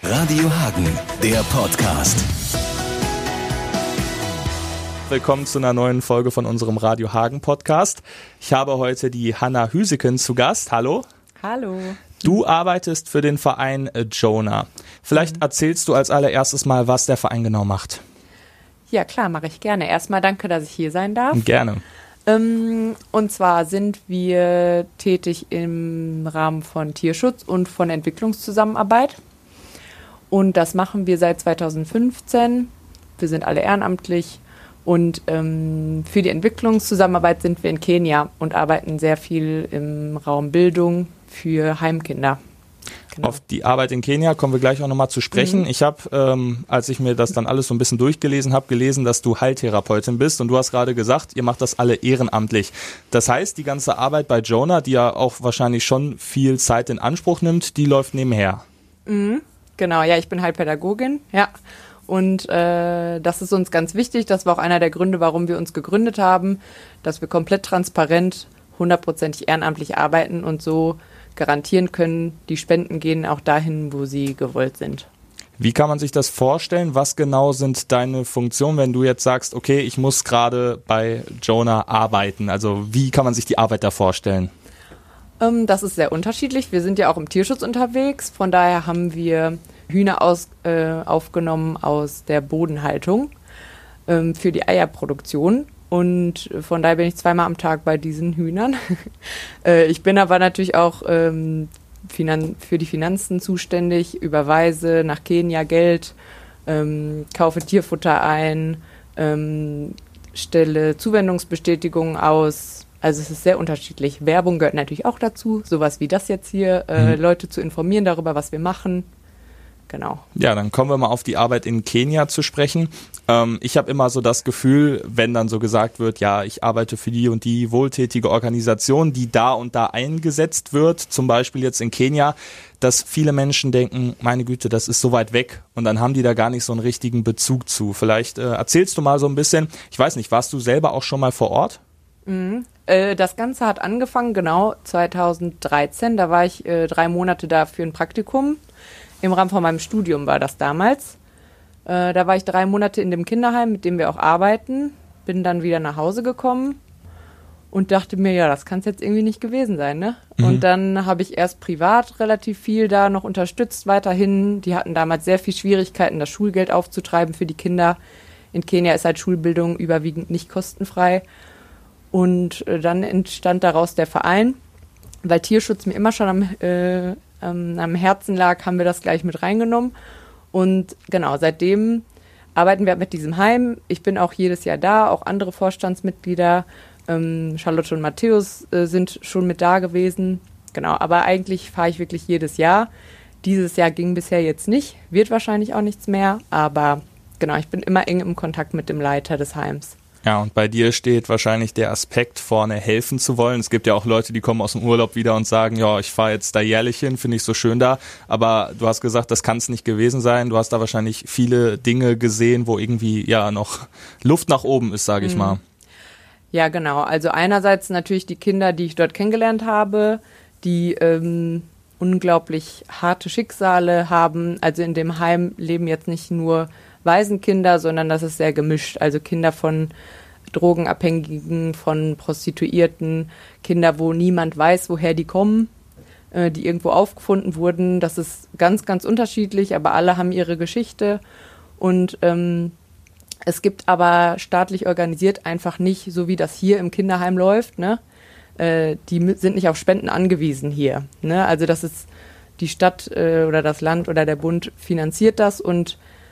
Radio Hagen, der Podcast. Willkommen zu einer neuen Folge von unserem Radio Hagen Podcast. Ich habe heute die Hanna Hüseken zu Gast. Hallo. Hallo. Du arbeitest für den Verein Jonah. Vielleicht erzählst du als allererstes mal, was der Verein genau macht. Ja, klar, mache ich gerne. Erstmal danke, dass ich hier sein darf. Gerne. Und zwar sind wir tätig im Rahmen von Tierschutz und von Entwicklungszusammenarbeit. Und das machen wir seit 2015. Wir sind alle ehrenamtlich. Und für die Entwicklungszusammenarbeit sind wir in Kenia und arbeiten sehr viel im Raum Bildung für Heimkinder. Genau. Auf die Arbeit in Kenia kommen wir gleich auch nochmal zu sprechen. Ich habe, als ich mir das dann alles so ein bisschen durchgelesen habe, gelesen, dass du Heiltherapeutin bist. Und du hast gerade gesagt, ihr macht das alle ehrenamtlich. Das heißt, die ganze Arbeit bei Jonah, die ja auch wahrscheinlich schon viel Zeit in Anspruch nimmt, die läuft nebenher. Genau, ja, ich bin Heilpädagogin, ja. Und das ist uns ganz wichtig. Das war auch einer der Gründe, warum wir uns gegründet haben, dass wir komplett transparent, 100%ig ehrenamtlich arbeiten und so garantieren können, die Spenden gehen auch dahin, wo sie gewollt sind. Wie kann man sich das vorstellen? Was genau sind deine Funktionen, wenn du jetzt sagst, okay, ich muss gerade bei Jonah arbeiten? Also wie kann man sich die Arbeit da vorstellen? Das ist sehr unterschiedlich. Wir sind ja auch im Tierschutz unterwegs. Von daher haben wir Hühner aufgenommen aus der Bodenhaltung für die Eierproduktion. Und von daher bin ich 2-mal am Tag bei diesen Hühnern. Ich bin aber natürlich auch für die Finanzen zuständig, überweise nach Kenia Geld, kaufe Tierfutter ein, stelle Zuwendungsbestätigungen aus. Also es ist sehr unterschiedlich. Werbung gehört natürlich auch dazu, sowas wie das jetzt hier, Leute zu informieren darüber, was wir machen. Genau. Ja, dann kommen wir mal auf die Arbeit in Kenia zu sprechen. Ich habe immer so das Gefühl, wenn dann so gesagt wird, ja, ich arbeite für die und die wohltätige Organisation, die da und da eingesetzt wird, zum Beispiel jetzt in Kenia, dass viele Menschen denken, meine Güte, das ist so weit weg und dann haben die da gar nicht so einen richtigen Bezug zu. Vielleicht erzählst du mal so ein bisschen, ich weiß nicht, warst du selber auch schon mal vor Ort? Das Ganze hat angefangen, genau, 2013. Da war ich 3 Monate da für ein Praktikum. Im Rahmen von meinem Studium war das damals. Da war ich 3 Monate in dem Kinderheim, mit dem wir auch arbeiten. Bin dann wieder nach Hause gekommen und dachte mir, ja, das kann es jetzt irgendwie nicht gewesen sein, ne? Und dann habe ich erst privat relativ viel da noch unterstützt weiterhin. Die hatten damals sehr viel Schwierigkeiten, das Schulgeld aufzutreiben für die Kinder. In Kenia ist halt Schulbildung überwiegend nicht kostenfrei. Und dann entstand daraus der Verein, weil Tierschutz mir immer schon am Herzen lag, haben wir das gleich mit reingenommen. Und genau, seitdem arbeiten wir mit diesem Heim. Ich bin auch jedes Jahr da, auch andere Vorstandsmitglieder. Charlotte und Matthäus sind schon mit da gewesen. Genau, aber eigentlich fahre ich wirklich jedes Jahr. Dieses Jahr ging bisher jetzt nicht, wird wahrscheinlich auch nichts mehr. Aber genau, ich bin immer eng im Kontakt mit dem Leiter des Heims. Ja, und bei dir steht wahrscheinlich der Aspekt vorne, helfen zu wollen. Es gibt ja auch Leute, die kommen aus dem Urlaub wieder und sagen, ja, ich fahre jetzt da jährlich hin, finde ich so schön da. Aber du hast gesagt, das kann es nicht gewesen sein. Du hast da wahrscheinlich viele Dinge gesehen, wo irgendwie ja noch Luft nach oben ist, sage ich mal. Ja, genau. Also einerseits natürlich die Kinder, die ich dort kennengelernt habe, die unglaublich harte Schicksale haben. Also in dem Heim leben jetzt nicht nur Waisenkinder, sondern das ist sehr gemischt. Also Kinder von Drogenabhängigen, von Prostituierten, Kinder, wo niemand weiß, woher die kommen, die irgendwo aufgefunden wurden. Das ist ganz, ganz unterschiedlich, aber alle haben ihre Geschichte. Und es gibt aber staatlich organisiert einfach nicht, so wie das hier im Kinderheim läuft, ne? Die sind nicht auf Spenden angewiesen hier. Ne? Also das ist die Stadt oder das Land oder der Bund finanziert das und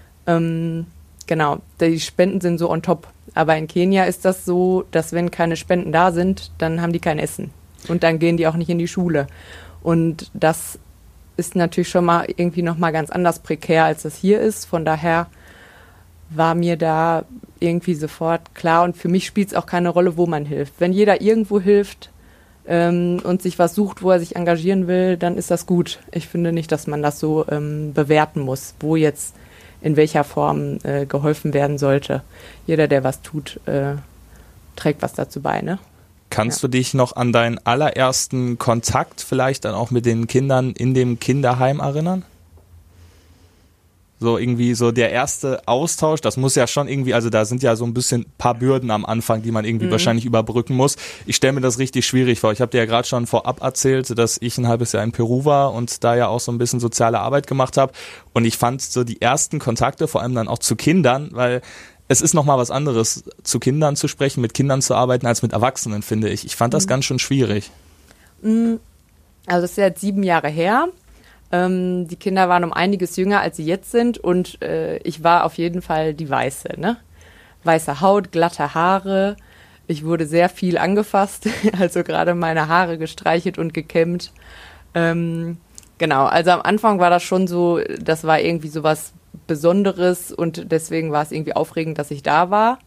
genau, die Spenden sind so on top. Aber in Kenia ist das so, dass wenn keine Spenden da sind, dann haben die kein Essen. Und dann gehen die auch nicht in die Schule. Und das ist natürlich schon mal irgendwie nochmal ganz anders prekär, als das hier ist. Von daher war mir da irgendwie sofort klar. Und für mich spielt es auch keine Rolle, wo man hilft. Wenn jeder irgendwo hilft und sich was sucht, wo er sich engagieren will, dann ist das gut. Ich finde nicht, dass man das so bewerten muss, wo jetzt in welcher Form geholfen werden sollte. Jeder, der was tut, trägt was dazu bei, ne? Kannst du dich noch an deinen allerersten Kontakt vielleicht dann auch mit den Kindern in dem Kinderheim erinnern? So irgendwie so der erste Austausch, das muss ja schon irgendwie, also da sind ja so ein bisschen paar Bürden am Anfang, die man irgendwie wahrscheinlich überbrücken muss. Ich stelle mir das richtig schwierig vor. Ich habe dir ja gerade schon vorab erzählt, dass ich ein halbes Jahr in Peru war und da ja auch so ein bisschen soziale Arbeit gemacht habe. Und ich fand so die ersten Kontakte, vor allem dann auch zu Kindern, weil es ist nochmal was anderes, zu Kindern zu sprechen, mit Kindern zu arbeiten, als mit Erwachsenen, finde ich. Ich fand das ganz schön schwierig. Also das ist ja jetzt 7 Jahre her. Die Kinder waren um einiges jünger, als sie jetzt sind und ich war auf jeden Fall die Weiße, ne? Weiße Haut, glatte Haare. Ich wurde sehr viel angefasst, also gerade meine Haare gestreichelt und gekämmt. Genau, also am Anfang war das schon so, das war irgendwie so was Besonderes und deswegen war es irgendwie aufregend, dass ich da war.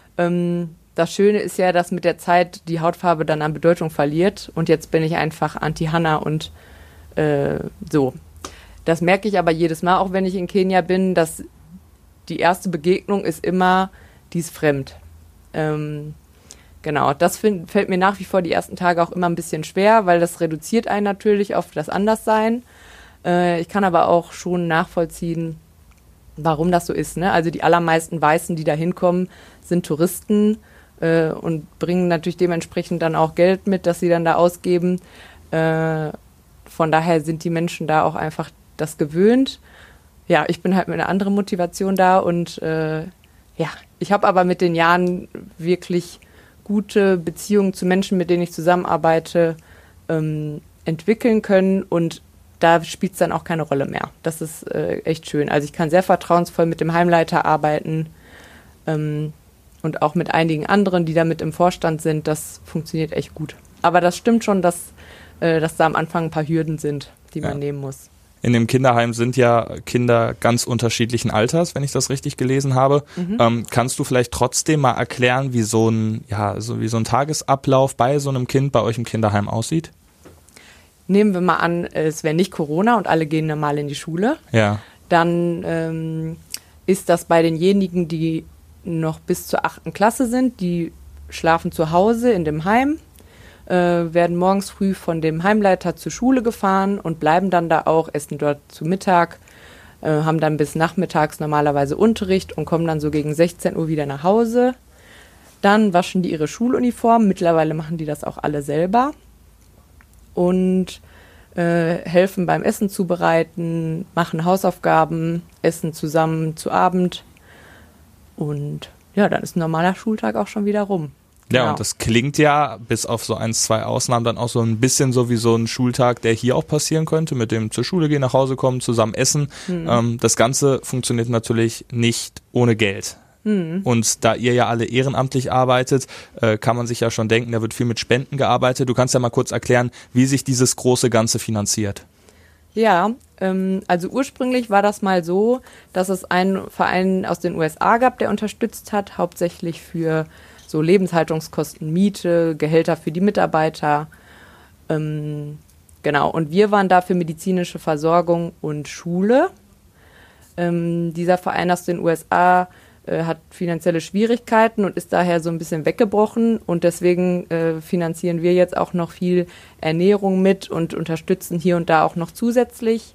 Das Schöne ist ja, dass mit der Zeit die Hautfarbe dann an Bedeutung verliert und jetzt bin ich einfach Anti-Hanna und so. Das merke ich aber jedes Mal, auch wenn ich in Kenia bin, dass die erste Begegnung ist immer, die ist fremd. Genau, das fällt mir nach wie vor die ersten Tage auch immer ein bisschen schwer, weil das reduziert einen natürlich auf das Anderssein. Ich kann aber auch schon nachvollziehen, warum das so ist. Ne? Also die allermeisten Weißen, die da hinkommen, sind Touristen und bringen natürlich dementsprechend dann auch Geld mit, das sie dann da ausgeben. Von daher sind die Menschen da auch einfach das gewöhnt. Ja, ich bin halt mit einer anderen Motivation da und ich habe aber mit den Jahren wirklich gute Beziehungen zu Menschen, mit denen ich zusammenarbeite, entwickeln können und da spielt es dann auch keine Rolle mehr. Das ist echt schön. Also ich kann sehr vertrauensvoll mit dem Heimleiter arbeiten und auch mit einigen anderen, die da mit im Vorstand sind. Das funktioniert echt gut. Aber das stimmt schon, dass da am Anfang ein paar Hürden sind, die man nehmen muss. In dem Kinderheim sind ja Kinder ganz unterschiedlichen Alters, wenn ich das richtig gelesen habe. Kannst du vielleicht trotzdem mal erklären, wie so ein Tagesablauf bei so einem Kind bei euch im Kinderheim aussieht? Nehmen wir mal an, es wäre nicht Corona und alle gehen normal in die Schule. Ja. Dann ist das bei denjenigen, die noch bis zur 8. Klasse sind, die schlafen zu Hause in dem Heim, werden morgens früh von dem Heimleiter zur Schule gefahren und bleiben dann da auch, essen dort zu Mittag, haben dann bis nachmittags normalerweise Unterricht und kommen dann so gegen 16 Uhr wieder nach Hause. Dann waschen die ihre Schuluniform, mittlerweile machen die das auch alle selber und helfen beim Essen zubereiten, machen Hausaufgaben, essen zusammen zu Abend und ja, dann ist ein normaler Schultag auch schon wieder rum. Ja, Genau. und das klingt ja, bis auf so 1, 2 Ausnahmen, dann auch so ein bisschen so wie so ein Schultag, der hier auch passieren könnte, mit dem zur Schule gehen, nach Hause kommen, zusammen essen. Das Ganze funktioniert natürlich nicht ohne Geld. Und da ihr ja alle ehrenamtlich arbeitet, kann man sich ja schon denken, da wird viel mit Spenden gearbeitet. Du kannst ja mal kurz erklären, wie sich dieses große Ganze finanziert. Ja, also ursprünglich war das mal so, dass es einen Verein aus den USA gab, der unterstützt hat, hauptsächlich für so Lebenshaltungskosten, Miete, Gehälter für die Mitarbeiter. Genau, und wir waren da für medizinische Versorgung und Schule. Dieser Verein aus den USA hat finanzielle Schwierigkeiten und ist daher so ein bisschen weggebrochen und deswegen finanzieren wir jetzt auch noch viel Ernährung mit und unterstützen hier und da auch noch zusätzlich.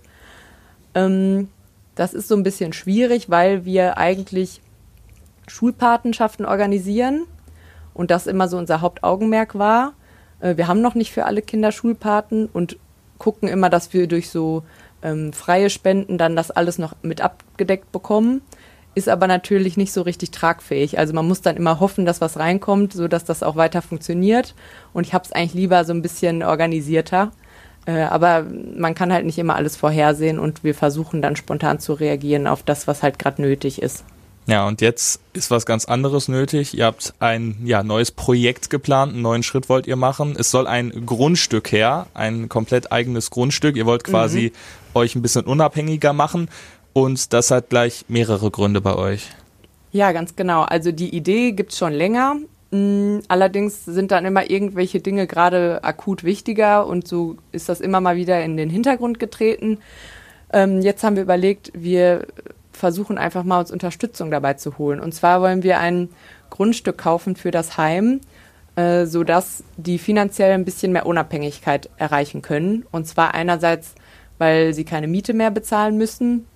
Das ist so ein bisschen schwierig, weil wir eigentlich Schulpatenschaften organisieren und das immer so unser Hauptaugenmerk war. Wir haben noch nicht für alle Kinder Schulpaten und gucken immer, dass wir durch so freie Spenden dann das alles noch mit abgedeckt bekommen. Ist aber natürlich nicht so richtig tragfähig. Also man muss dann immer hoffen, dass was reinkommt, sodass das auch weiter funktioniert. Und ich habe es eigentlich lieber so ein bisschen organisierter. Aber man kann halt nicht immer alles vorhersehen und wir versuchen dann spontan zu reagieren auf das, was halt gerade nötig ist. Ja, und jetzt ist was ganz anderes nötig. Ihr habt ein neues Projekt geplant, einen neuen Schritt wollt ihr machen. Es soll ein Grundstück her, ein komplett eigenes Grundstück. Ihr wollt quasi euch ein bisschen unabhängiger machen und das hat gleich mehrere Gründe bei euch. Ja, ganz genau. Also die Idee gibt's schon länger. Allerdings sind dann immer irgendwelche Dinge gerade akut wichtiger und so ist das immer mal wieder in den Hintergrund getreten. Jetzt haben wir überlegt, wir versuchen einfach mal uns Unterstützung dabei zu holen. Und zwar wollen wir ein Grundstück kaufen für das Heim, sodass die finanziell ein bisschen mehr Unabhängigkeit erreichen können. Und zwar einerseits, weil sie keine Miete mehr bezahlen müssen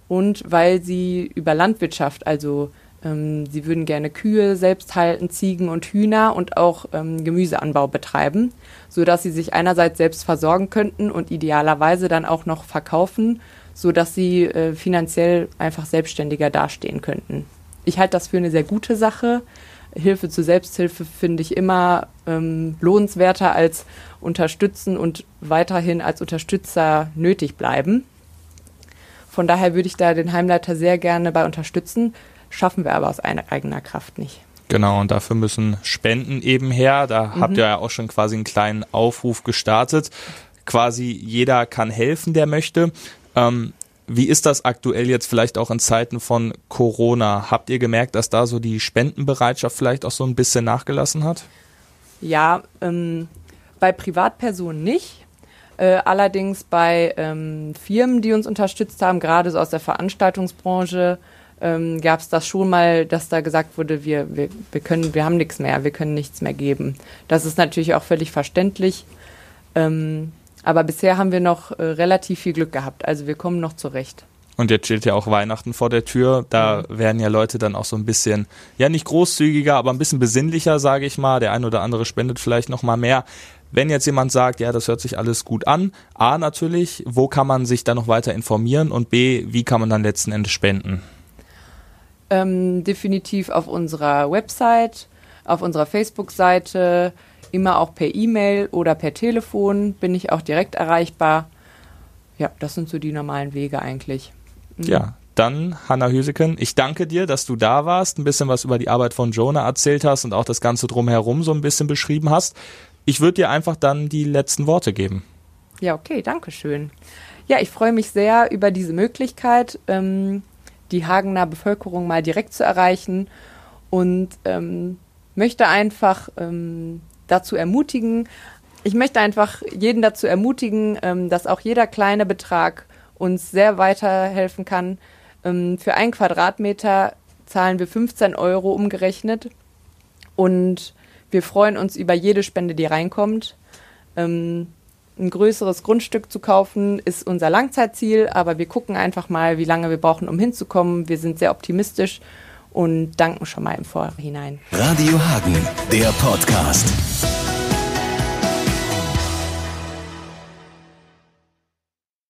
und weil sie über Landwirtschaft, also sie würden gerne Kühe selbst halten, Ziegen und Hühner und auch Gemüseanbau betreiben, sodass sie sich einerseits selbst versorgen könnten und idealerweise dann auch noch verkaufen, sodass sie finanziell einfach selbstständiger dastehen könnten. Ich halte das für eine sehr gute Sache. Hilfe zur Selbsthilfe finde ich immer lohnenswerter als unterstützen und weiterhin als Unterstützer nötig bleiben. Von daher würde ich da den Heimleiter sehr gerne bei unterstützen, schaffen wir aber aus eigener Kraft nicht. Genau, und dafür müssen Spenden eben her. Da habt ihr ja auch schon quasi einen kleinen Aufruf gestartet. Quasi jeder kann helfen, der möchte. Wie ist das aktuell jetzt vielleicht auch in Zeiten von Corona? Habt ihr gemerkt, dass da so die Spendenbereitschaft vielleicht auch so ein bisschen nachgelassen hat? Ja, bei Privatpersonen nicht. Allerdings bei Firmen, die uns unterstützt haben, gerade so aus der Veranstaltungsbranche, gab es das schon mal, dass da gesagt wurde, wir haben nichts mehr, wir können nichts mehr geben. Das ist natürlich auch völlig verständlich. Aber bisher haben wir noch relativ viel Glück gehabt. Also wir kommen noch zurecht. Und jetzt steht ja auch Weihnachten vor der Tür. Da werden ja Leute dann auch so ein bisschen, ja nicht großzügiger, aber ein bisschen besinnlicher, sage ich mal. Der ein oder andere spendet vielleicht noch mal mehr. Wenn jetzt jemand sagt, ja, das hört sich alles gut an, A, natürlich, wo kann man sich dann noch weiter informieren und B, wie kann man dann letzten Endes spenden? Definitiv auf unserer Website, auf unserer Facebook-Seite, immer auch per E-Mail oder per Telefon bin ich auch direkt erreichbar. Ja, das sind so die normalen Wege eigentlich. Ja, dann Hanna Hüseken, ich danke dir, dass du da warst, ein bisschen was über die Arbeit von Jonah erzählt hast und auch das Ganze drumherum so ein bisschen beschrieben hast. Ich würde dir einfach dann die letzten Worte geben. Ja, okay, danke schön. Ja, ich freue mich sehr über diese Möglichkeit, die Hagener Bevölkerung mal direkt zu erreichen und möchte einfach dazu ermutigen, jeden dazu ermutigen, dass auch jeder kleine Betrag uns sehr weiterhelfen kann. Für 1 Quadratmeter zahlen wir 15 € umgerechnet und wir freuen uns über jede Spende, die reinkommt. Ein größeres Grundstück zu kaufen ist unser Langzeitziel, aber wir gucken einfach mal, wie lange wir brauchen, um hinzukommen. Wir sind sehr optimistisch und danken schon mal im Vorhinein. Radio Hagen, der Podcast.